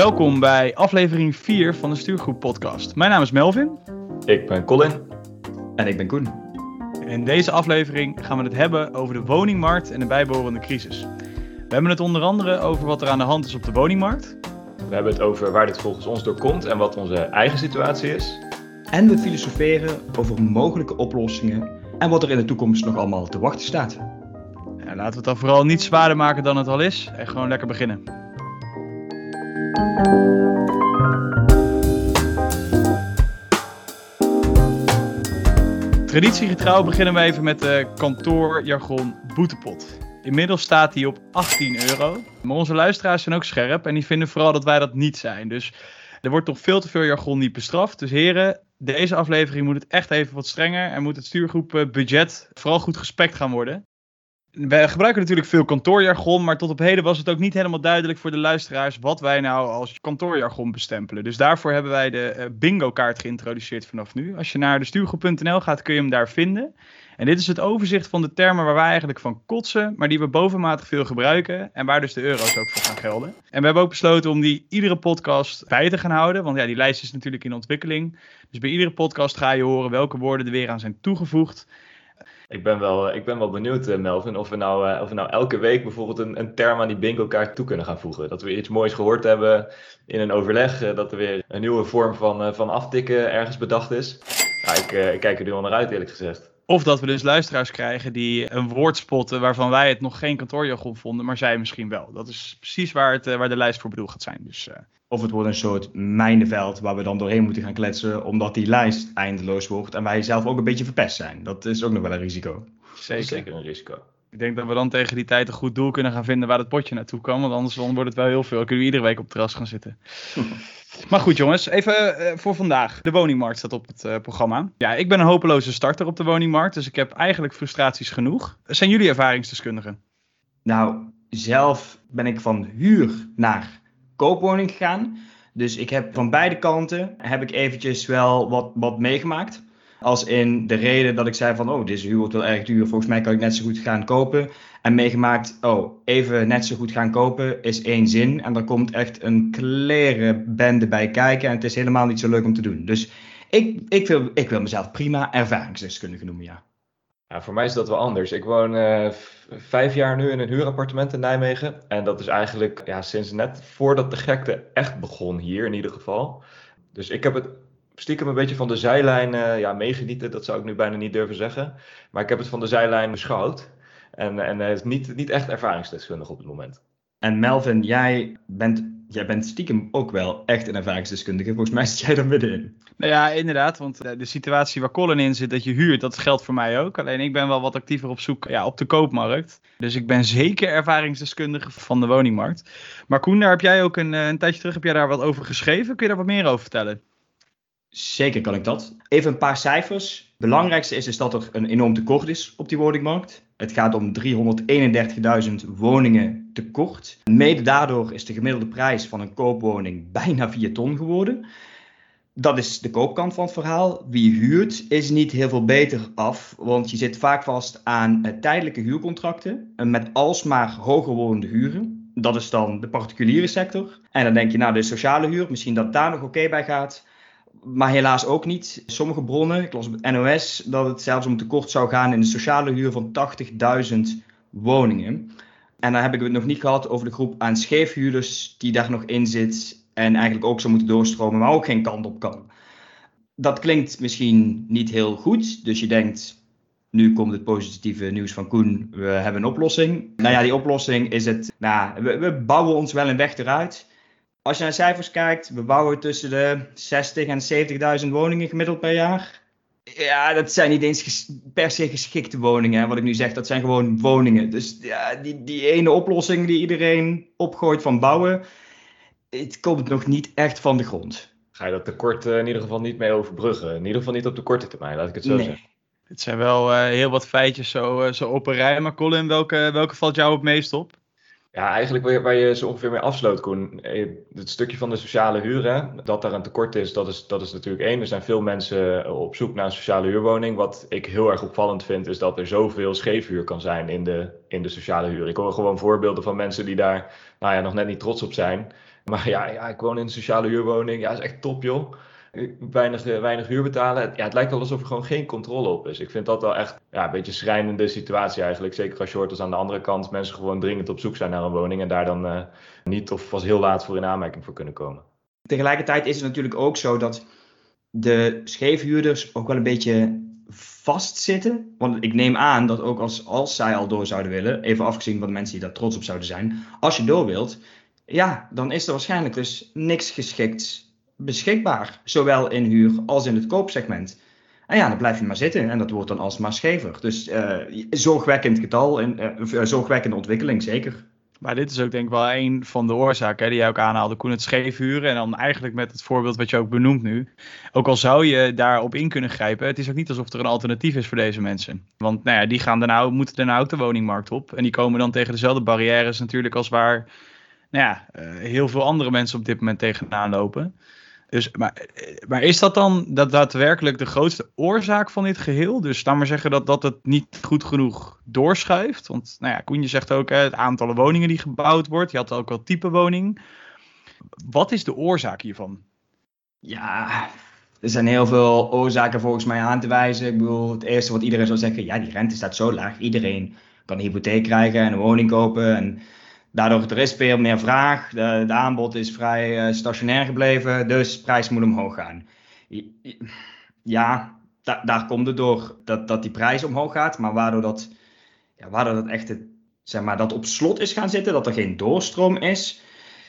Welkom bij aflevering 4 van de Stuurgroep podcast. Mijn naam is Melvin. Ik ben Colin. En ik ben Koen. In deze aflevering gaan we het hebben over de woningmarkt en de bijbehorende crisis. We hebben het onder andere over wat er aan de hand is op de woningmarkt. We hebben het over waar dit volgens ons door komt en wat onze eigen situatie is. En we filosoferen over mogelijke oplossingen en wat er in de toekomst nog allemaal te wachten staat. Ja, laten we het dan vooral niet zwaarder maken dan het al is en gewoon lekker beginnen. Traditiegetrouw beginnen we even met de kantoorjargon boetepot. Inmiddels staat die op €18. Maar onze luisteraars zijn ook scherp en die vinden vooral dat wij dat niet zijn. Dus er wordt nog veel te veel jargon niet bestraft. Dus heren, deze aflevering moet het echt even wat strenger en moet het stuurgroep budget vooral goed gespekt gaan worden. We gebruiken natuurlijk veel kantoorjargon, maar tot op heden was het ook niet helemaal duidelijk voor de luisteraars wat wij nou als kantoorjargon bestempelen. Dus daarvoor hebben wij de bingo-kaart geïntroduceerd vanaf nu. Als je naar de stuurgroep.nl gaat, kun je hem daar vinden. En dit is het overzicht van de termen waar wij eigenlijk van kotsen, maar die we bovenmatig veel gebruiken en waar dus de euro's ook voor gaan gelden. En we hebben ook besloten om die iedere podcast bij te gaan houden, want ja, die lijst is natuurlijk in ontwikkeling. Dus bij iedere podcast ga je horen welke woorden er weer aan zijn toegevoegd. Ik ben wel benieuwd, Melvin, of we nou elke week bijvoorbeeld een term aan die bingo-kaart toe kunnen gaan voegen. Dat we iets moois gehoord hebben in een overleg, dat er weer een nieuwe vorm van aftikken ergens bedacht is. Ja, ik kijk er nu al naar uit, eerlijk gezegd. Of dat we dus luisteraars krijgen die een woord spotten waarvan wij het nog geen kantoorjargon vonden, maar zij misschien wel. Dat is precies waar de lijst voor bedoeld gaat zijn. Dus, Of het wordt een soort mijnenveld waar we dan doorheen moeten gaan kletsen, omdat die lijst eindeloos wordt en wij zelf ook een beetje verpest zijn. Dat is ook nog wel een risico. Zeker een risico. Ik denk dat we dan tegen die tijd een goed doel kunnen gaan vinden waar het potje naartoe kan, want anders wordt het wel heel veel. Dan kunnen we iedere week op het terras gaan zitten. Maar goed jongens, even voor vandaag. De woningmarkt staat op het programma. Ja, ik ben een hopeloze starter op de woningmarkt, dus ik heb eigenlijk frustraties genoeg. Zijn jullie ervaringsdeskundigen? Nou, zelf ben ik van huur naar koopwoning gegaan. Dus ik heb van beide kanten eventjes wel wat meegemaakt. Als in de reden dat ik zei van, deze huur wordt wel erg duur, volgens mij kan ik net zo goed gaan kopen. En meegemaakt, even net zo goed gaan kopen is één zin. En er komt echt een klerenbende bij kijken en het is helemaal niet zo leuk om te doen. Dus ik wil mezelf prima ervaringsdeskundige noemen, ja. Ja, voor mij is dat wel anders. Ik woon 5 jaar nu in een huurappartement in Nijmegen. En dat is eigenlijk sinds net voordat de gekte echt begon hier in ieder geval. Dus ik heb het stiekem een beetje van de zijlijn meegenieten. Dat zou ik nu bijna niet durven zeggen. Maar ik heb het van de zijlijn beschouwd. En het is niet echt ervaringsdeskundig op het moment. En Melvin, jij bent stiekem ook wel echt een ervaringsdeskundige. Volgens mij zit jij er middenin. Nou ja, inderdaad, want de situatie waar Colin in zit, dat je huurt, dat geldt voor mij ook. Alleen ik ben wel wat actiever op zoek op de koopmarkt. Dus ik ben zeker ervaringsdeskundige van de woningmarkt. Maar Koen, daar heb jij ook een tijdje terug daar wat over geschreven. Kun je daar wat meer over vertellen? Zeker kan ik dat. Even een paar cijfers. Het belangrijkste is dat er een enorm tekort is op die woningmarkt. Het gaat om 331.000 woningen tekort. Mede daardoor is de gemiddelde prijs van een koopwoning bijna 4 ton geworden. Dat is de koopkant van het verhaal. Wie huurt is niet heel veel beter af, want je zit vaak vast aan tijdelijke huurcontracten met alsmaar hoger wordende huren. Dat is dan de particuliere sector. En dan denk je, de sociale huur, misschien dat daar nog oké bij gaat. Maar helaas ook niet. Sommige bronnen, ik las op het NOS, dat het zelfs om tekort zou gaan in de sociale huur van 80.000 woningen. En dan heb ik het nog niet gehad over de groep aan scheefhuurders die daar nog in zit en eigenlijk ook zou moeten doorstromen, maar ook geen kant op kan. Dat klinkt misschien niet heel goed, dus je denkt, nu komt het positieve nieuws van Koen, we hebben een oplossing. Die oplossing is het, we bouwen ons wel een weg eruit. Als je naar cijfers kijkt, we bouwen tussen de 60 en 70.000 woningen gemiddeld per jaar. Ja, dat zijn niet eens per se geschikte woningen. Hè. Wat ik nu zeg, dat zijn gewoon woningen. Dus ja, die ene oplossing die iedereen opgooit van bouwen, het komt nog niet echt van de grond. Ga je dat tekort in ieder geval niet mee overbruggen? In ieder geval niet op de korte termijn, laat ik het zo zeggen. Dit zijn wel heel wat feitjes zo op een rij. Maar Colin, welke valt jou het meest op? Ja, eigenlijk waar je zo ongeveer mee afsloot, Koen. Het stukje van de sociale huur, dat daar een tekort is, dat is natuurlijk één. Er zijn veel mensen op zoek naar een sociale huurwoning. Wat ik heel erg opvallend vind, is dat er zoveel scheefhuur kan zijn in de sociale huur. Ik hoor gewoon voorbeelden van mensen die daar nog net niet trots op zijn. Maar ja, ik woon in een sociale huurwoning. Ja, is echt top, joh. Weinig huur betalen. Ja, het lijkt wel alsof er gewoon geen controle op is. Ik vind dat wel echt een beetje een schrijnende situatie eigenlijk. Zeker als je hoort als aan de andere kant mensen gewoon dringend op zoek zijn naar een woning en daar dan niet of pas heel laat voor in aanmerking voor kunnen komen. Tegelijkertijd is het natuurlijk ook zo dat de scheefhuurders ook wel een beetje vastzitten. Want ik neem aan dat ook als zij al door zouden willen, even afgezien van de mensen die daar trots op zouden zijn, als je door wilt, ja, dan is er waarschijnlijk dus niks geschikts beschikbaar. Zowel in huur als in het koopsegment. En ja, dan blijf je maar zitten en dat wordt dan alsmaar schever. Dus zorgwekkend getal, zorgwekkende ontwikkeling, zeker. Maar dit is ook denk ik wel een van de oorzaken hè, die jij ook aanhaalde, Koen, het scheefhuren. En dan eigenlijk met het voorbeeld wat je ook benoemt nu. Ook al zou je daarop in kunnen grijpen, het is ook niet alsof er een alternatief is voor deze mensen. Want nou ja, die gaan moeten daarna ook de woningmarkt op. En die komen dan tegen dezelfde barrières natuurlijk als waar heel veel andere mensen op dit moment tegenaan lopen. Dus, maar is dat dan daadwerkelijk de grootste oorzaak van dit geheel? Dus laat maar zeggen dat het niet goed genoeg doorschuift. Want nou ja, Koen, je zegt ook het aantal woningen die gebouwd wordt. Je had ook wel type woning. Wat is de oorzaak hiervan? Ja, er zijn heel veel oorzaken volgens mij aan te wijzen. Ik bedoel, het eerste wat iedereen zou zeggen, ja, die rente staat zo laag. Iedereen kan een hypotheek krijgen en een woning kopen en daardoor er is veel meer vraag. De aanbod is vrij stationair gebleven, dus de prijs moet omhoog gaan. Ja, daar komt het door dat die prijs omhoog gaat, maar waardoor dat echt dat op slot is gaan zitten, dat er geen doorstroom is.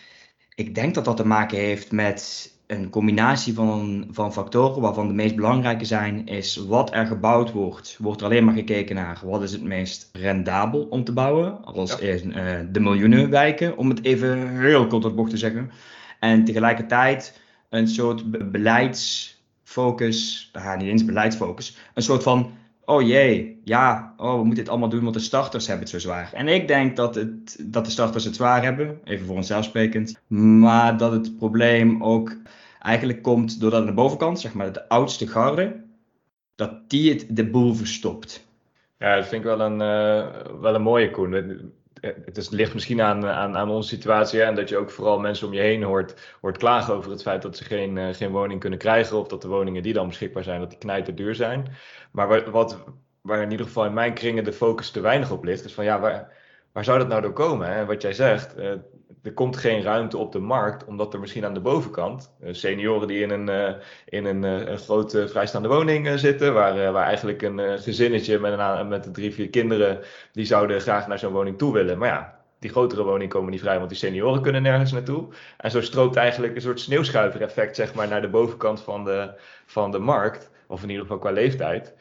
Ik denk dat te maken heeft met een combinatie van factoren, waarvan de meest belangrijke zijn, is wat er gebouwd wordt. Wordt er alleen maar gekeken naar wat is het meest rendabel om te bouwen, als in de miljoenenwijken, om het even heel kort op bocht te zeggen. En tegelijkertijd een soort beleidsfocus, niet eens beleidsfocus, een soort van, oh jee, we moeten dit allemaal doen, want de starters hebben het zo zwaar. En ik denk dat de starters het zwaar hebben, even voor onszelf sprekend, maar dat het probleem ook eigenlijk komt doordat aan de bovenkant, zeg maar de oudste garde, dat die het de boel verstopt. Ja, dat vind ik wel een mooie, Koen. Het ligt misschien aan onze situatie en dat je ook vooral mensen om je heen hoort klagen over het feit dat ze geen woning kunnen krijgen of dat de woningen die dan beschikbaar zijn, dat die knijterduur zijn. Maar waar in ieder geval in mijn kringen de focus te weinig op ligt, is van waar zou dat nou door komen? Hè? En wat jij zegt, er komt geen ruimte op de markt, omdat er misschien aan de bovenkant senioren die in een grote vrijstaande woning zitten, waar eigenlijk een gezinnetje met 3-4 kinderen, die zouden graag naar zo'n woning toe willen. Maar ja, die grotere woning komen niet vrij, want die senioren kunnen nergens naartoe. En zo stroomt eigenlijk een soort sneeuwschuiver-effect, zeg maar, naar de bovenkant van de markt, of in ieder geval qua leeftijd.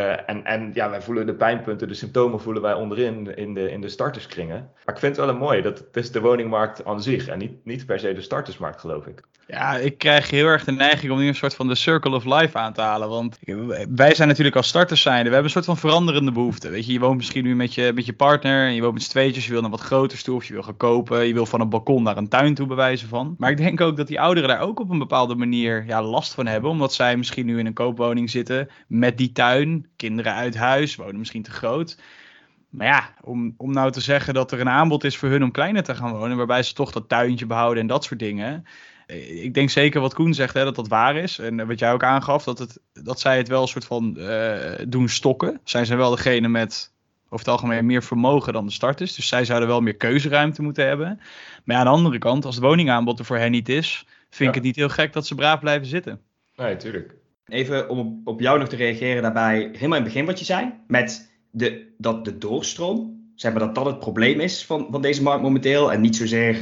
Wij voelen de pijnpunten, de symptomen voelen wij onderin in de starterskringen. Maar ik vind het wel een mooi, dat het is de woningmarkt aan zich en niet per se de startersmarkt, geloof ik. Ja, ik krijg heel erg de neiging om nu een soort van de circle of life aan te halen. Want wij zijn natuurlijk als starters zijnde, we hebben een soort van veranderende behoeften. Weet je woont misschien nu met je partner en je woont met z'n tweetjes, je wil naar wat groter toe of je wil gaan kopen. Je wil van een balkon naar een tuin toe bewijzen van. Maar ik denk ook dat die ouderen daar ook op een bepaalde manier last van hebben. Omdat zij misschien nu in een koopwoning zitten met die tuin, kinderen uit huis, wonen misschien te groot. Maar ja, om nou te zeggen dat er een aanbod is voor hun om kleiner te gaan wonen, waarbij ze toch dat tuintje behouden en dat soort dingen. Ik denk zeker wat Koen zegt, hè, dat waar is. En wat jij ook aangaf, dat zij het wel een soort van doen stokken. Zijn ze wel degene met over het algemeen meer vermogen dan de starters. Dus zij zouden wel meer keuzeruimte moeten hebben. Maar aan de andere kant, als het woningaanbod er voor hen niet is, vind ik het niet heel gek dat ze braaf blijven zitten. Nee, tuurlijk. Even om op jou nog te reageren daarbij, helemaal in het begin wat je zei, met dat de doorstroom, zeg maar dat het probleem is van deze markt momenteel en niet zozeer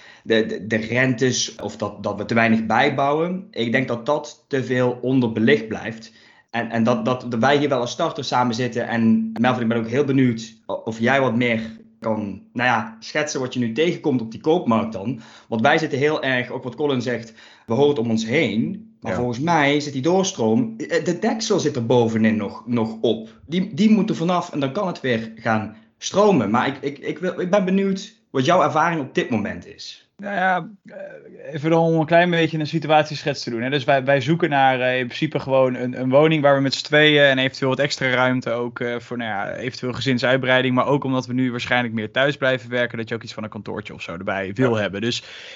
de rentes of dat we te weinig bijbouwen. Ik denk dat te veel onderbelicht blijft. En dat wij hier wel als starters samen zitten. En Melvin, ik ben ook heel benieuwd of jij wat meer kan schetsen wat je nu tegenkomt op die koopmarkt dan. Want wij zitten heel erg, ook wat Colin zegt, we horen het om ons heen. Maar volgens mij zit die doorstroom, de deksel zit er bovenin nog op. Die moet er vanaf en dan kan het weer gaan stromen. Maar ik ben benieuwd wat jouw ervaring op dit moment is. Nou ja, even om een klein beetje een situatieschets te doen. Hè. Dus wij zoeken naar in principe gewoon een woning waar we met z'n tweeën en eventueel wat extra ruimte ook voor eventueel gezinsuitbreiding. Maar ook omdat we nu waarschijnlijk meer thuis blijven werken, dat je ook iets van een kantoortje of zo erbij wil hebben. Dus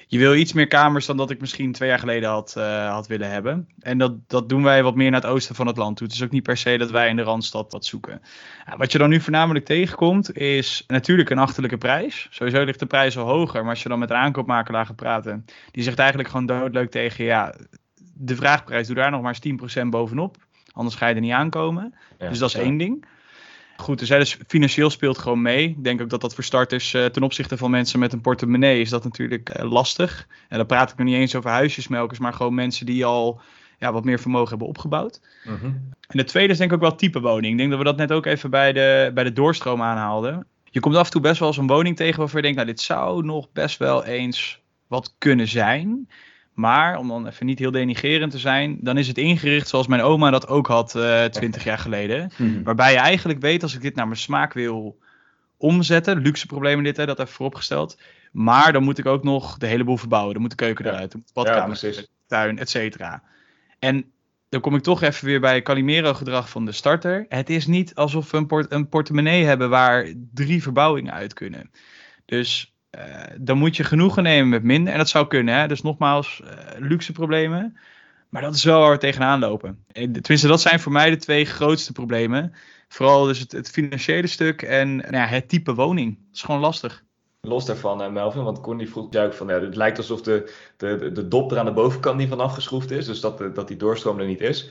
je wil iets meer kamers dan dat ik misschien 2 jaar geleden had willen hebben. En dat doen wij wat meer naar het oosten van het land toe. Het is ook niet per se dat wij in de Randstad wat zoeken. Ja, wat je dan nu voornamelijk tegenkomt is natuurlijk een achterlijke prijs. Sowieso ligt de prijs al hoger, maar als je dan met een aankoopmakelaar gaat praten, die zegt eigenlijk gewoon doodleuk tegen je, ja, de vraagprijs, doe daar nog maar eens 10% bovenop. Anders ga je er niet aankomen. Ja, Dus dat is één ding. Goed, dus financieel speelt gewoon mee. Ik denk ook dat voor starters ten opzichte van mensen met een portemonnee is dat natuurlijk lastig. En dan praat ik nog niet eens over huisjesmelkers, maar gewoon mensen die al wat meer vermogen hebben opgebouwd. En de tweede is denk ik ook wel type woning. Ik denk dat we dat net ook even bij de doorstroom aanhaalden. Je komt af en toe best wel eens een woning tegen waarvan je denkt, nou dit zou nog best wel eens wat kunnen zijn. Maar, om dan even niet heel denigrerend te zijn, dan is het ingericht zoals mijn oma dat ook had 20 jaar geleden. Waarbij je eigenlijk weet, als ik dit naar mijn smaak wil omzetten, luxe problemen dit, dat even vooropgesteld. Maar dan moet ik ook nog de hele boel verbouwen. Dan moet de keuken eruit, dan moet de badkamer, de tuin, et cetera. En dan kom ik toch even weer bij Calimero-gedrag van de starter. Het is niet alsof we een portemonnee hebben waar 3 verbouwingen uit kunnen. Dus dan moet je genoegen nemen met minder. En dat zou kunnen, hè? Dus nogmaals, luxe problemen. Maar dat is wel waar we tegenaan lopen. Tenminste, dat zijn voor mij de 2 grootste problemen. Vooral dus het financiële stuk en het type woning. Dat is gewoon lastig. Los daarvan, Melvin, want Connie vroeg ook van, het lijkt alsof de dop er aan de bovenkant niet van afgeschroefd is. Dus dat die doorstroom er niet is.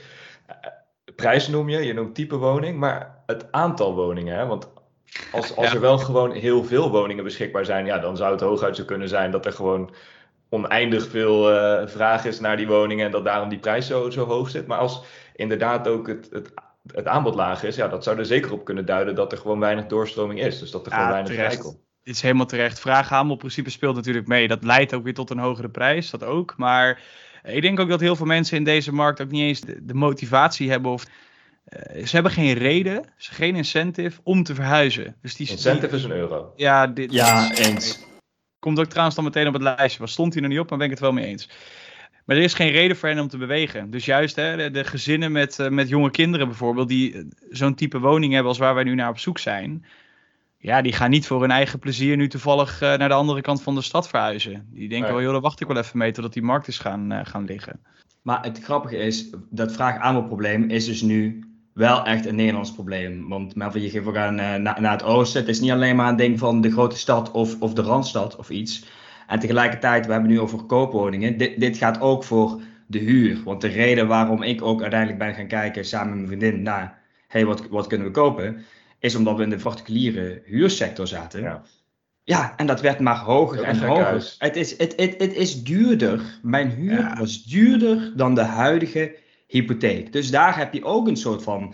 Prijs noem je noemt type woning, maar het aantal woningen, hè? Want als er wel gewoon heel veel woningen beschikbaar zijn, dan zou het hooguit zo kunnen zijn dat er gewoon oneindig veel vraag is naar die woningen en dat daarom die prijs zo hoog zit. Maar als inderdaad ook het aanbod laag is, dat zou er zeker op kunnen duiden dat er gewoon weinig doorstroming is. Dus dat er gewoon weinig vrijkomt. Het is helemaal terecht. Vraag-aanbodprincipe speelt natuurlijk mee. Dat leidt ook weer tot een hogere prijs, dat ook. Maar ik denk ook dat heel veel mensen in deze markt ook niet eens de motivatie hebben of ze hebben geen reden, geen incentive om te verhuizen. Dus incentive is €1. Ja, eens. Komt ook trouwens dan meteen op het lijstje. Wat stond hier nog niet op, maar ben ik het wel mee eens. Maar er is geen reden voor hen om te bewegen. Dus juist de gezinnen met jonge kinderen bijvoorbeeld, die zo'n type woning hebben als waar wij nu naar op zoek zijn. Ja, die gaan niet voor hun eigen plezier nu toevallig naar de andere kant van de stad verhuizen. Die denken wel, joh, dan wacht ik wel even mee totdat die markt is gaan liggen. Maar het grappige is, dat vraag-aanbodprobleem is dus nu wel echt een Nederlands probleem. Want je geeft ook aan naar het oosten. Het is niet alleen maar een ding van de grote stad of de Randstad of iets. En tegelijkertijd, we hebben nu over koopwoningen. Dit gaat ook voor de huur. Want de reden waarom ik ook uiteindelijk ben gaan kijken samen met mijn vriendin naar, wat kunnen we kopen, is omdat we in de particuliere huursector zaten. Ja, en dat werd maar hoger en hoger. Het is duurder. Mijn huur was duurder dan de huidige hypotheek. Dus daar heb je ook een soort van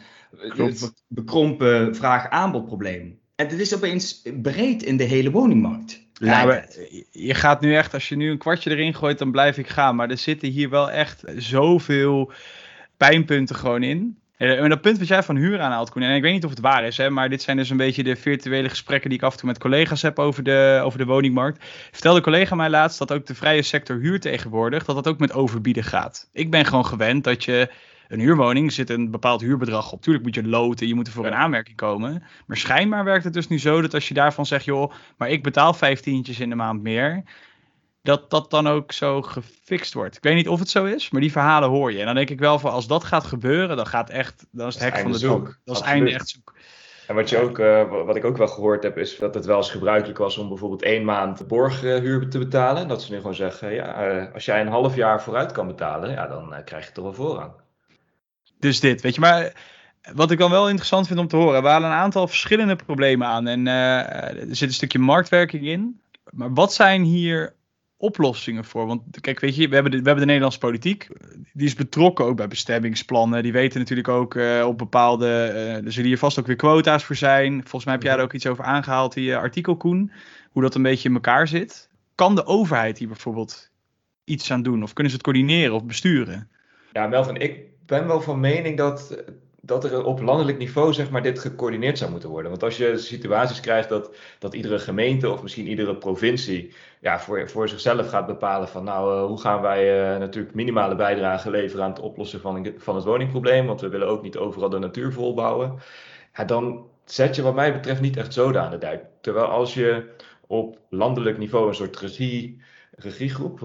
bekrompen vraag-aanbodprobleem. En dit is opeens breed in de hele woningmarkt. Ja, maar je gaat nu echt, als je nu een kwartje erin gooit, dan blijf ik gaan. Maar er zitten hier wel echt zoveel pijnpunten gewoon in. En dat punt wat jij van huur aanhaalt, Koen, en ik weet niet of het waar is, maar dit zijn dus een beetje de virtuele gesprekken die ik af en toe met collega's heb over de woningmarkt. Vertelde een collega mij laatst dat ook de vrije sector huur tegenwoordig, dat ook met overbieden gaat. Ik ben gewoon gewend dat je een huurwoning, zit een bepaald huurbedras op. Tuurlijk moet je loten, je moet er voor een aanmerking komen. Maar schijnbaar werkt het dus nu zo dat als je daarvan zegt, joh, maar ik betaal 15 in de maand meer, dat dan ook zo gefixt wordt. Ik weet niet of het zo is, maar die verhalen hoor je. En dan denk ik wel van, als dat gaat gebeuren, dan is het hek van de zoek. Dat is einde echt zoek. En wat ik ook wel gehoord heb, is dat het wel eens gebruikelijk was om bijvoorbeeld 1 maand borghuur te betalen. Dat ze nu gewoon zeggen, als jij een half jaar vooruit kan betalen, dan krijg je toch wel voorrang. Dus dit, weet je, maar wat ik dan wel interessant vind om te horen, we halen een aantal verschillende problemen aan en er zit een stukje marktwerking in. Maar wat zijn hier oplossingen voor? Want kijk, weet je, we hebben de Nederlandse politiek, die is betrokken ook bij bestemmingsplannen. Die weten natuurlijk ook op bepaalde, er zullen hier vast ook weer quota's voor zijn. Volgens mij heb jij er ook iets over aangehaald, die artikel, Koen, hoe dat een beetje in elkaar zit. Kan de overheid hier bijvoorbeeld iets aan doen? Of kunnen ze het coördineren of besturen? Ja, Melvin, ik ben wel van mening dat er op landelijk niveau zeg maar dit gecoördineerd zou moeten worden. Want als je situaties krijgt dat iedere gemeente of misschien iedere provincie voor zichzelf gaat bepalen van hoe gaan wij natuurlijk minimale bijdrage leveren aan het oplossen van het woningprobleem, want we willen ook niet overal de natuur volbouwen. Ja, dan zet je wat mij betreft niet echt zoden aan de dijk. Terwijl als je op landelijk niveau een soort regie regiegroep.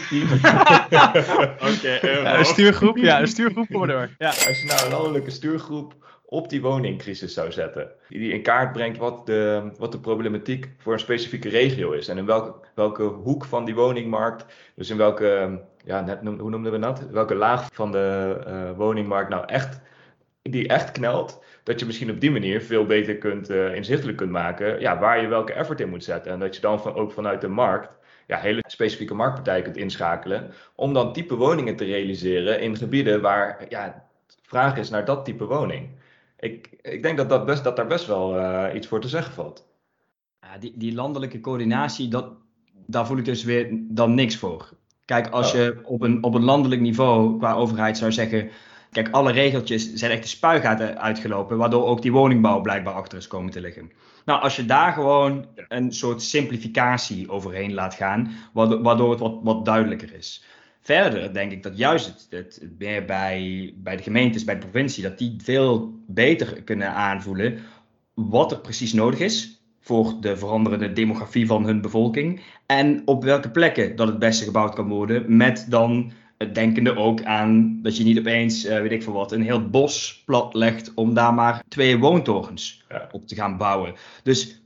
Oké, Een stuurgroep, een stuurgroep, kom maar door. Ja. Als je nou een landelijke stuurgroep op die woningcrisis zou zetten, die in kaart brengt wat de problematiek voor een specifieke regio is en in welke hoek van die woningmarkt, dus in welke, hoe noemden we dat? Welke laag van de woningmarkt nou echt knelt, dat je misschien op die manier veel beter inzichtelijk kunt maken waar je welke effort in moet zetten. En dat je dan ook vanuit de markt hele specifieke marktpartijen kunt inschakelen om dan type woningen te realiseren in gebieden waar vraag is naar dat type woning. Ik denk dat daar best wel iets voor te zeggen valt. Ja, die landelijke coördinatie, daar voel ik dus weer dan niks voor. Kijk, als je op een landelijk niveau qua overheid zou zeggen, kijk, alle regeltjes zijn echt de spuigaten uitgelopen, waardoor ook die woningbouw blijkbaar achter is komen te liggen. Nou, als je daar gewoon een soort simplificatie overheen laat gaan, waardoor het wat duidelijker is. Verder denk ik dat juist het meer bij de gemeentes, bij de provincie, dat die veel beter kunnen aanvoelen wat er precies nodig is voor de veranderende demografie van hun bevolking en op welke plekken dat het beste gebouwd kan worden, met dan het denkende ook aan dat je niet opeens, weet ik veel wat, een heel bos plat legt om daar maar 2 woontorens op te gaan bouwen. Dus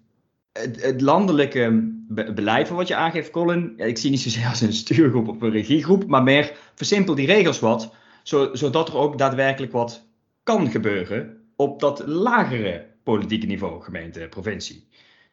het landelijke beleid van wat je aangeeft, Colin, ik zie niet zozeer als een stuurgroep of een regiegroep, maar meer versimpel die regels wat, zodat er ook daadwerkelijk wat kan gebeuren op dat lagere politieke niveau, gemeente, provincie.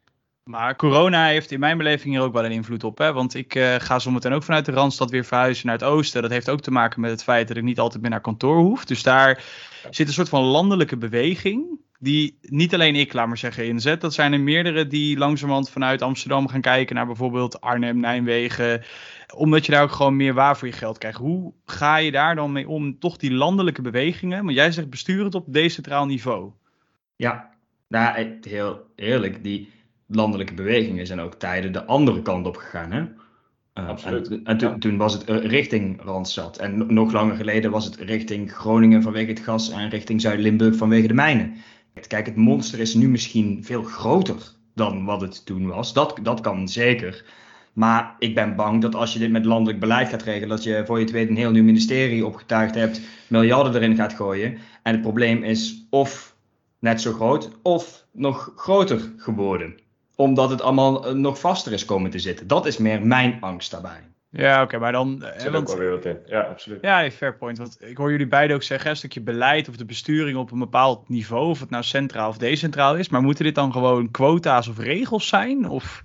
Maar corona heeft in mijn beleving hier ook wel een invloed op. Hè? Want ik ga zometeen ook vanuit de Randstad weer verhuizen naar het oosten. Dat heeft ook te maken met het feit dat ik niet altijd meer naar kantoor hoef. Dus daar zit een soort van landelijke beweging die niet alleen ik, laat maar zeggen, inzet. Dat zijn er meerdere die langzamerhand vanuit Amsterdam gaan kijken naar bijvoorbeeld Arnhem, Nijmegen. Omdat je daar ook gewoon meer waar voor je geld krijgt. Hoe ga je daar dan mee om, toch die landelijke bewegingen? Want jij zegt bestuur het op decentraal niveau. Ja, nou, heel eerlijk, die landelijke bewegingen zijn ook tijden de andere kant op gegaan. Hè? Absoluut. Toen was het richting Randstad. En nog langer geleden was het richting Groningen vanwege het gas en richting Zuid-Limburg vanwege de mijnen. Kijk, het monster is nu misschien veel groter dan wat het toen was. Dat kan zeker. Maar ik ben bang dat als je dit met landelijk beleid gaat regelen, dat je voor je het weet een heel nieuw ministerie opgetuigd hebt, miljarden erin gaat gooien. En het probleem is of net zo groot of nog groter geworden. Omdat het allemaal nog vaster is komen te zitten. Dat is meer mijn angst daarbij. Ja, oké, maar dan... Zit ook wel weer wat in. Ja, absoluut. Ja, fair point. Want ik hoor jullie beiden ook zeggen, een stukje beleid of de besturing op een bepaald niveau, of het nou centraal of decentraal is. Maar moeten dit dan gewoon quota's of regels zijn? Of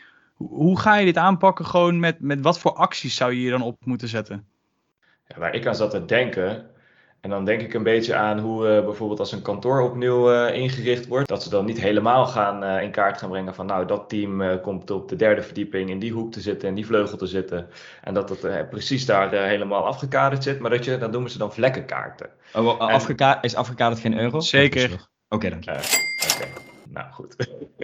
hoe ga je dit aanpakken? Gewoon met wat voor acties zou je hier dan op moeten zetten? Ja, waar ik aan zat te denken, en dan denk ik een beetje aan hoe bijvoorbeeld als een kantoor opnieuw ingericht wordt, dat ze dan niet helemaal in kaart gaan brengen van nou, dat team komt op de 3e verdieping in die hoek te zitten en die vleugel te zitten. En dat het precies daar helemaal afgekaderd zit, maar dat noemen ze dan vlekkenkaarten. Is afgekaderd geen euro? Zeker. Oké, dank je. Oké. Nou goed.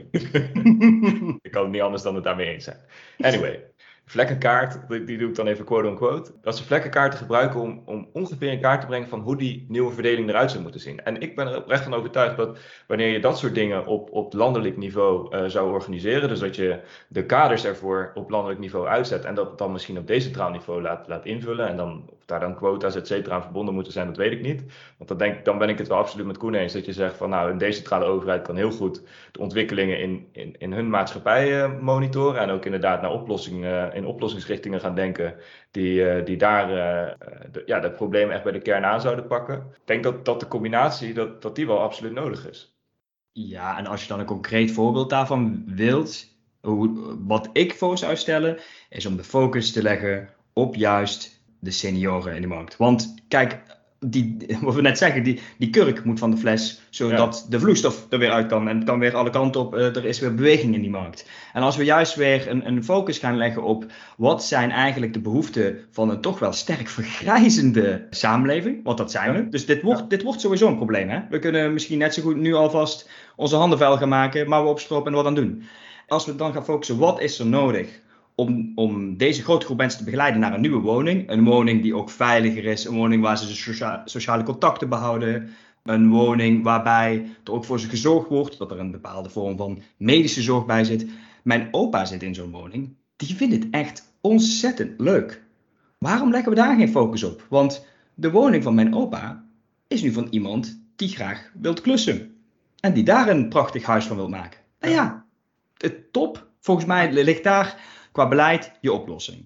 Ik kan het niet anders dan het daarmee eens zijn. Anyway. Vlekkenkaart, die doe ik dan even quote-unquote. Dat ze vlekkenkaarten gebruiken om ongeveer in kaart te brengen van hoe die nieuwe verdeling eruit zou moeten zien. En ik ben er oprecht van overtuigd dat wanneer je dat soort dingen op landelijk niveau zou organiseren, dus dat je de kaders ervoor op landelijk niveau uitzet en dat dan misschien op decentraal niveau laat invullen en dan of daar dan quota's et cetera aan verbonden moeten zijn, dat weet ik niet. Want dan ben ik het wel absoluut met Koen eens dat je zegt van nou, een decentrale overheid kan heel goed de ontwikkelingen in hun maatschappij monitoren en ook inderdaad naar in oplossingsrichtingen gaan denken die daar dat probleem echt bij de kern aan zouden pakken. Ik denk dat de combinatie, dat die wel absoluut nodig is. Ja, en als je dan een concreet voorbeeld daarvan wilt, wat ik voor zou stellen, is om de focus te leggen op juist de senioren in de markt. Want kijk, wat we net zeggen, die kurk moet van de fles, zodat de vloeistof er weer uit kan. En het kan weer alle kanten op, er is weer beweging in die markt. En als we juist weer een focus gaan leggen op wat zijn eigenlijk de behoeften van een toch wel sterk vergrijzende samenleving, want dat zijn we. Dus dit wordt sowieso een probleem. Hè? We kunnen misschien net zo goed nu alvast onze handen vuil gaan maken, maar we opstropen en wat aan doen. Als we dan gaan focussen, wat is er nodig om deze grote groep mensen te begeleiden naar een nieuwe woning. Een woning die ook veiliger is. Een woning waar ze de sociale contacten behouden. Een woning waarbij er ook voor ze gezorgd wordt. Dat er een bepaalde vorm van medische zorg bij zit. Mijn opa zit in zo'n woning. Die vindt het echt ontzettend leuk. Waarom leggen we daar geen focus op? Want de woning van mijn opa is nu van iemand die graag wilt klussen. En die daar een prachtig huis van wil maken. Nou ja, het top. Volgens mij ligt daar qua beleid je oplossing.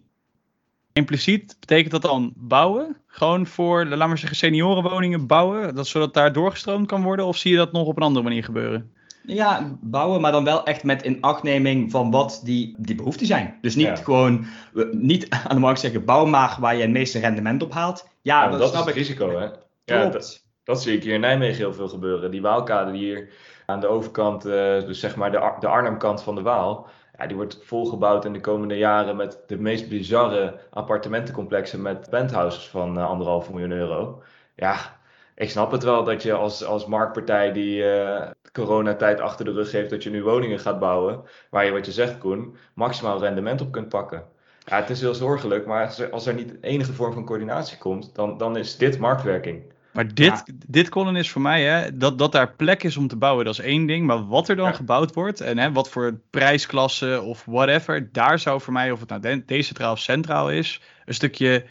Impliciet betekent dat dan bouwen? Gewoon voor, laten we zeggen, seniorenwoningen bouwen? Zodat daar doorgestroomd kan worden? Of zie je dat nog op een andere manier gebeuren? Ja, bouwen, maar dan wel echt met inachtneming van wat die behoeften zijn. Dus niet gewoon, niet aan de markt zeggen, bouw maar waar je het meeste rendement op haalt. Ja, dat is het risico, hè? Ja, dat zie ik hier in Nijmegen heel veel gebeuren. Die Waalkade die hier aan de overkant, dus zeg maar de Arnhemkant van de Waal, ja, die wordt volgebouwd in de komende jaren met de meest bizarre appartementencomplexen met penthouses van €1,5 miljoen. Ja, ik snap het wel dat je als marktpartij die coronatijd achter de rug heeft, dat je nu woningen gaat bouwen, waar je, wat je zegt Koen, maximaal rendement op kunt pakken. Ja, het is heel zorgelijk, maar als er niet enige vorm van coördinatie komt, dan is dit marktwerking. Maar dit Colin, is voor mij, hè, dat daar plek is om te bouwen, dat is één ding. Maar wat er dan gebouwd wordt en wat voor prijsklasse of whatever, daar zou voor mij, of het nou decentraal of centraal is, een stukje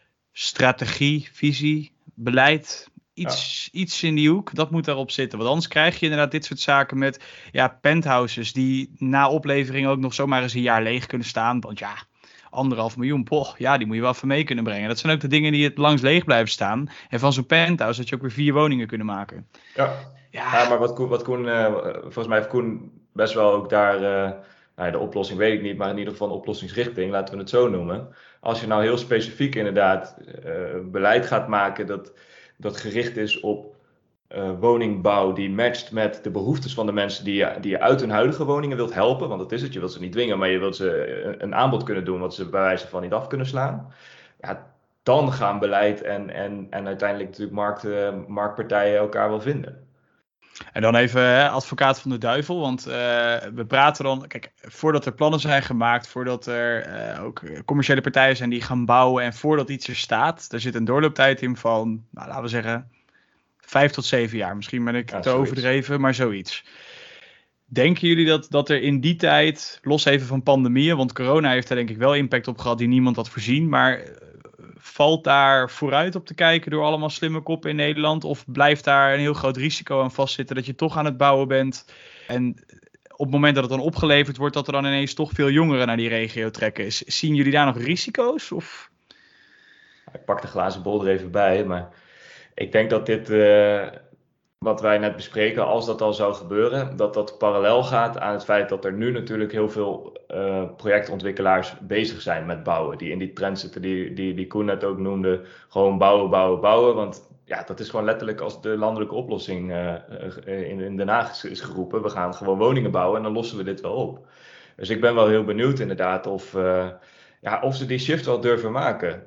strategie, visie, beleid, iets in die hoek, dat moet daarop zitten. Want anders krijg je inderdaad dit soort zaken met penthouses die na oplevering ook nog zomaar eens een jaar leeg kunnen staan. Want ja, €1,5 miljoen, die moet je wel even mee kunnen brengen. Dat zijn ook de dingen die het langs leeg blijven staan. En van zo'n penthouse dat je ook weer 4 woningen kunnen maken. Ja, maar wat Koen, volgens mij heeft Koen best wel ook daar, de oplossing weet ik niet, maar in ieder geval een oplossingsrichting, laten we het zo noemen. Als je nou heel specifiek inderdaad beleid gaat maken dat gericht is op woningbouw die matcht met de behoeftes van de mensen die je uit hun huidige woningen wilt helpen. Want dat is het, je wilt ze niet dwingen, maar je wilt ze een aanbod kunnen doen wat ze bij wijze van niet af kunnen slaan. Ja, dan gaan beleid en uiteindelijk natuurlijk marktpartijen elkaar wel vinden. En dan even advocaat van de duivel, want we praten dan, kijk, voordat er plannen zijn gemaakt, voordat er ook commerciële partijen zijn die gaan bouwen en voordat iets er staat, er zit een doorlooptijd in van, laten we zeggen, 5 tot 7 jaar. Misschien ben ik te overdreven, maar zoiets. Denken jullie dat er in die tijd, los even van pandemieën, want corona heeft daar denk ik wel impact op gehad die niemand had voorzien, maar valt daar vooruit op te kijken door allemaal slimme koppen in Nederland? Of blijft daar een heel groot risico aan vastzitten dat je toch aan het bouwen bent? En op het moment dat het dan opgeleverd wordt, dat er dan ineens toch veel jongeren naar die regio trekken. Zien jullie daar nog risico's? Of? Ik pak de glazen bol er even bij, maar ik denk dat dit, wat wij net bespreken, als dat al zou gebeuren, dat parallel gaat aan het feit dat er nu natuurlijk heel veel projectontwikkelaars bezig zijn met bouwen. Die in die trend zitten, die Koen net ook noemde, gewoon bouwen. Want ja, dat is gewoon letterlijk als de landelijke oplossing in Den Haag is geroepen. We gaan gewoon woningen bouwen en dan lossen we dit wel op. Dus ik ben wel heel benieuwd inderdaad of ze die shift wel durven maken.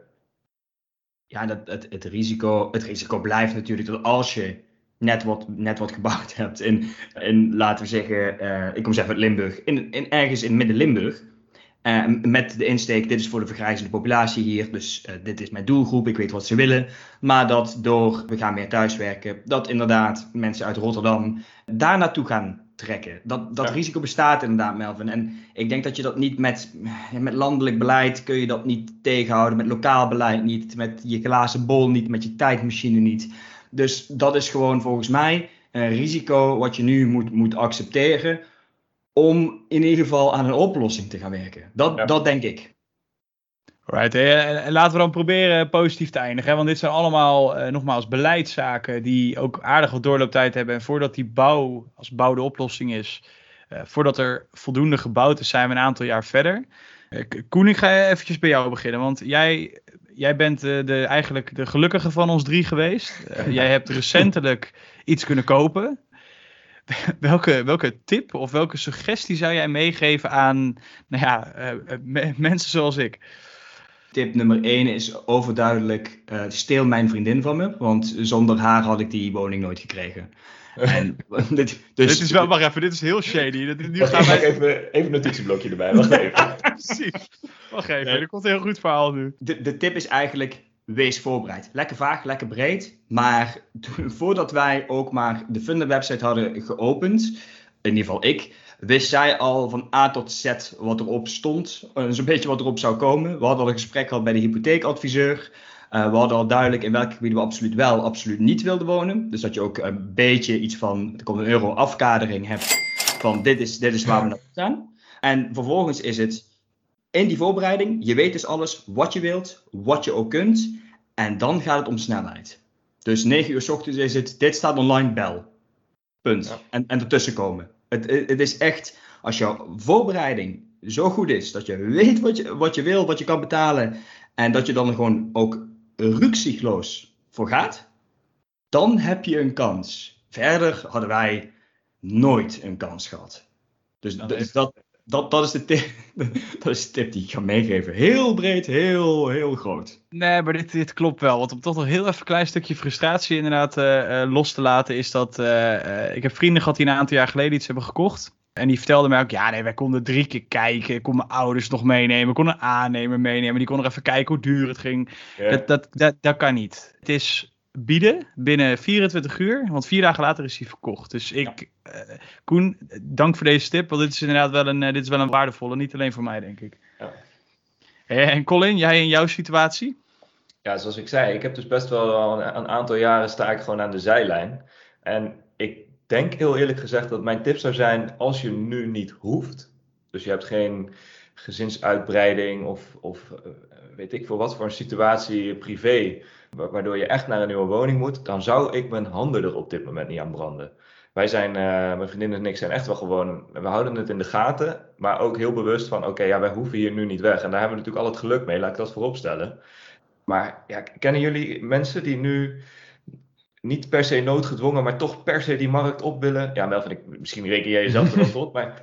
Ja, het risico blijft natuurlijk dat als je net wat gebouwd hebt in laten we zeggen, ik kom eens even uit Limburg, ergens in Midden-Limburg, met de insteek, dit is voor de vergrijzende populatie hier, dus dit is mijn doelgroep, ik weet wat ze willen, maar dat we gaan meer thuiswerken, dat inderdaad mensen uit Rotterdam daar naartoe gaan trekken. Dat risico bestaat inderdaad, Melvin. En ik denk dat je dat niet met landelijk beleid kun je dat niet tegenhouden, met lokaal beleid niet, met je glazen bol niet, met je tijdmachine niet. Dus dat is gewoon volgens mij een risico wat je nu moet accepteren om in ieder geval aan een oplossing te gaan werken. Dat denk ik. Alright, en laten we dan proberen positief te eindigen. Hè? Want dit zijn allemaal, nogmaals, beleidszaken die ook aardig wat doorlooptijd hebben. En voordat die bouw, als bouw de oplossing is, voordat er voldoende gebouwd is, zijn we een aantal jaar verder. Koen, ik ga eventjes bij jou beginnen, want jij bent eigenlijk de gelukkige van ons 3 geweest. Jij hebt recentelijk iets kunnen kopen. Welke tip of welke suggestie zou jij meegeven aan mensen zoals ik? Tip nummer 1 is overduidelijk, steel mijn vriendin van me, want zonder haar had ik die woning nooit gekregen. En dit is wel, wacht even, dit is heel shady. Even een notitieblokje erbij, wacht even. Precies, wacht even, er komt een heel goed verhaal nu. De tip is eigenlijk, wees voorbereid. Lekker vaag, lekker breed, maar voordat wij ook maar de Funda website hadden geopend, in ieder geval ik, wist zij al van A tot Z wat erop stond. Zo'n beetje wat erop zou komen. We hadden al een gesprek gehad bij de hypotheekadviseur. We hadden al duidelijk in welke gebieden we absoluut wel, absoluut niet wilden wonen. Dus dat je ook een beetje iets van, er komt een euro afkadering hebt van dit is waar we naartoe gaan. En vervolgens is het in die voorbereiding, je weet dus alles wat je wilt, wat je ook kunt. En dan gaat het om snelheid. Dus 9 uur 's ochtends is het, dit staat online, bel. Punt. Ja. En ertussen komen. Het is echt, als jouw voorbereiding zo goed is, dat je weet wat je wil, wat je kan betalen. En dat je dan gewoon ook rukzichtloos voor gaat. Dan heb je een kans. Verder hadden wij nooit een kans gehad. Dus dat is de tip. Dat is de tip die ik ga meegeven. Heel breed, heel groot. Nee, maar dit klopt wel. Want om toch nog heel even een klein stukje frustratie inderdaad los te laten, is dat ik heb vrienden gehad die een aantal jaar geleden iets hebben gekocht. En die vertelden mij ook, wij konden 3 keer kijken. Ik kon mijn ouders nog meenemen. Ik kon een aannemer meenemen. Die kon nog even kijken hoe duur het ging. Yeah. Dat kan niet. Het is bieden binnen 24 uur. Want 4 dagen later is hij verkocht. Dus Koen, dank voor deze tip. Want dit is inderdaad wel een waardevolle. Niet alleen voor mij, denk ik. Ja. En Colin, jij in jouw situatie? Ja, zoals ik zei. Ik heb dus best wel al een aantal jaren sta ik gewoon aan de zijlijn. En ik denk heel eerlijk gezegd dat mijn tip zou zijn, als je nu niet hoeft, dus je hebt geen gezinsuitbreiding of weet ik veel wat voor een situatie privé, waardoor je echt naar een nieuwe woning moet, dan zou ik mijn handen er op dit moment niet aan branden. Wij zijn, mijn vriendin en ik zijn echt wel gewoon, we houden het in de gaten, maar ook heel bewust van, wij hoeven hier nu niet weg. En daar hebben we natuurlijk al het geluk mee, laat ik dat voorop stellen. Maar kennen jullie mensen die nu niet per se noodgedwongen, maar toch per se die markt op willen? Ja, Melvin, misschien reken jij jezelf er wel tot, maar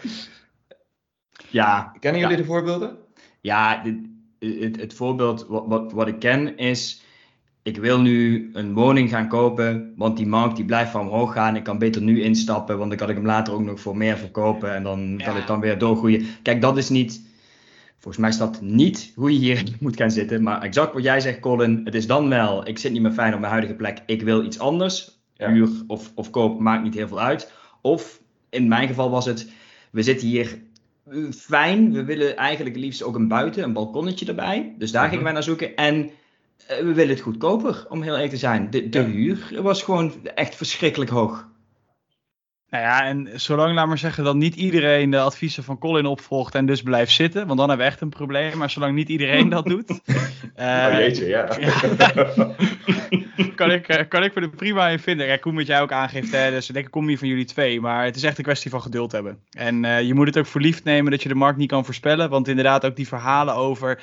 kennen jullie de voorbeelden? Ja, het voorbeeld wat ik ken is, ik wil nu een woning gaan kopen, want die markt die blijft van omhoog gaan. Ik kan beter nu instappen, want dan kan ik hem later ook nog voor meer verkopen en dan kan ik dan weer doorgroeien. Kijk, dat is niet, volgens mij is dat niet hoe je hier moet gaan zitten. Maar exact wat jij zegt, Colin, het is dan wel, ik zit niet meer fijn op mijn huidige plek, ik wil iets anders. Huur of koop maakt niet heel veel uit. Of in mijn geval was het, we zitten hier fijn, we willen eigenlijk het liefst ook een balkonnetje erbij. Dus daar gingen wij naar zoeken en we willen het goedkoper, om heel eerlijk te zijn. De huur was gewoon echt verschrikkelijk hoog. Nou ja, en zolang, laat maar zeggen, dat niet iedereen de adviezen van Colin opvolgt en dus blijft zitten, want dan hebben we echt een probleem. Maar zolang niet iedereen dat doet, kan ik er er prima in vinden. Kijk, Koen, wat jij ook aangeeft, dus ik denk ik kom hier van jullie 2, maar het is echt een kwestie van geduld hebben. En je moet het ook voor lief nemen dat je de markt niet kan voorspellen, want inderdaad ook die verhalen over,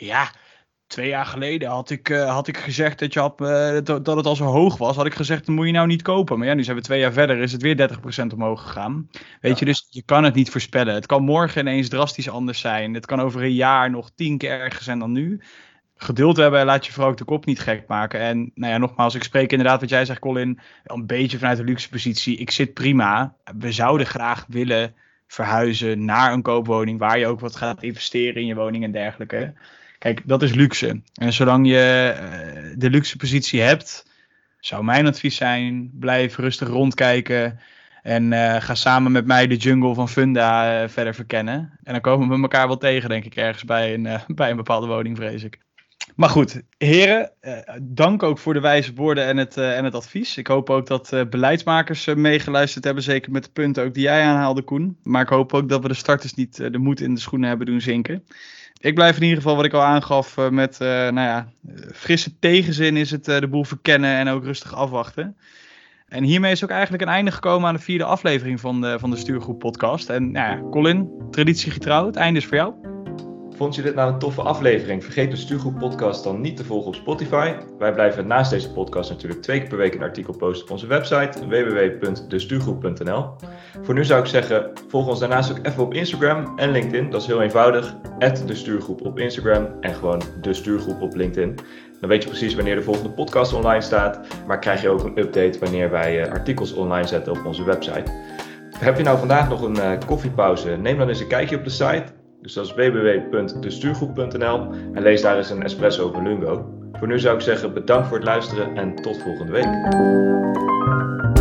2 jaar geleden had ik gezegd dat het al zo hoog was. Had ik gezegd, dan moet je nou niet kopen. Maar nu zijn we 2 jaar verder, is het weer 30% omhoog gegaan. Weet je, dus je kan het niet voorspellen. Het kan morgen ineens drastisch anders zijn. Het kan over een jaar nog 10 keer erger zijn dan nu. Geduld hebben en laat je vooral ook de kop niet gek maken. En nogmaals, ik spreek inderdaad wat jij zegt, Colin, een beetje vanuit de luxe positie. Ik zit prima. We zouden graag willen verhuizen naar een koopwoning waar je ook wat gaat investeren in je woning en dergelijke. Kijk, dat is luxe. En zolang je de luxe positie hebt, zou mijn advies zijn, blijf rustig rondkijken. En ga samen met mij de jungle van Funda verder verkennen. En dan komen we elkaar wel tegen, denk ik, ergens bij een bepaalde woning, vrees ik. Maar goed, heren, dank ook voor de wijze woorden en het advies. Ik hoop ook dat beleidsmakers meegeluisterd hebben, zeker met de punten ook die jij aanhaalde, Koen. Maar ik hoop ook dat we de starters niet de moed in de schoenen hebben doen zinken. Ik blijf in ieder geval, wat ik al aangaf, met frisse tegenzin is het de boel verkennen en ook rustig afwachten. En hiermee is ook eigenlijk een einde gekomen aan de 4e aflevering van de Stuurgroep podcast. En Colin, traditiegetrouw, het einde is voor jou. Vond je dit nou een toffe aflevering? Vergeet de Stuurgroep podcast dan niet te volgen op Spotify. Wij blijven naast deze podcast natuurlijk 2 keer per week een artikel posten op onze website www.destuurgroep.nl. Voor nu zou ik zeggen, volg ons daarnaast ook even op Instagram en LinkedIn. Dat is heel eenvoudig. @destuurgroep op Instagram en gewoon de Stuurgroep op LinkedIn. Dan weet je precies wanneer de volgende podcast online staat. Maar krijg je ook een update wanneer wij artikels online zetten op onze website. Heb je nou vandaag nog een koffiepauze? Neem dan eens een kijkje op de site. Dus dat is www.destuurgroep.nl en lees daar eens een espresso over Lungo. Voor nu zou ik zeggen bedankt voor het luisteren en tot volgende week.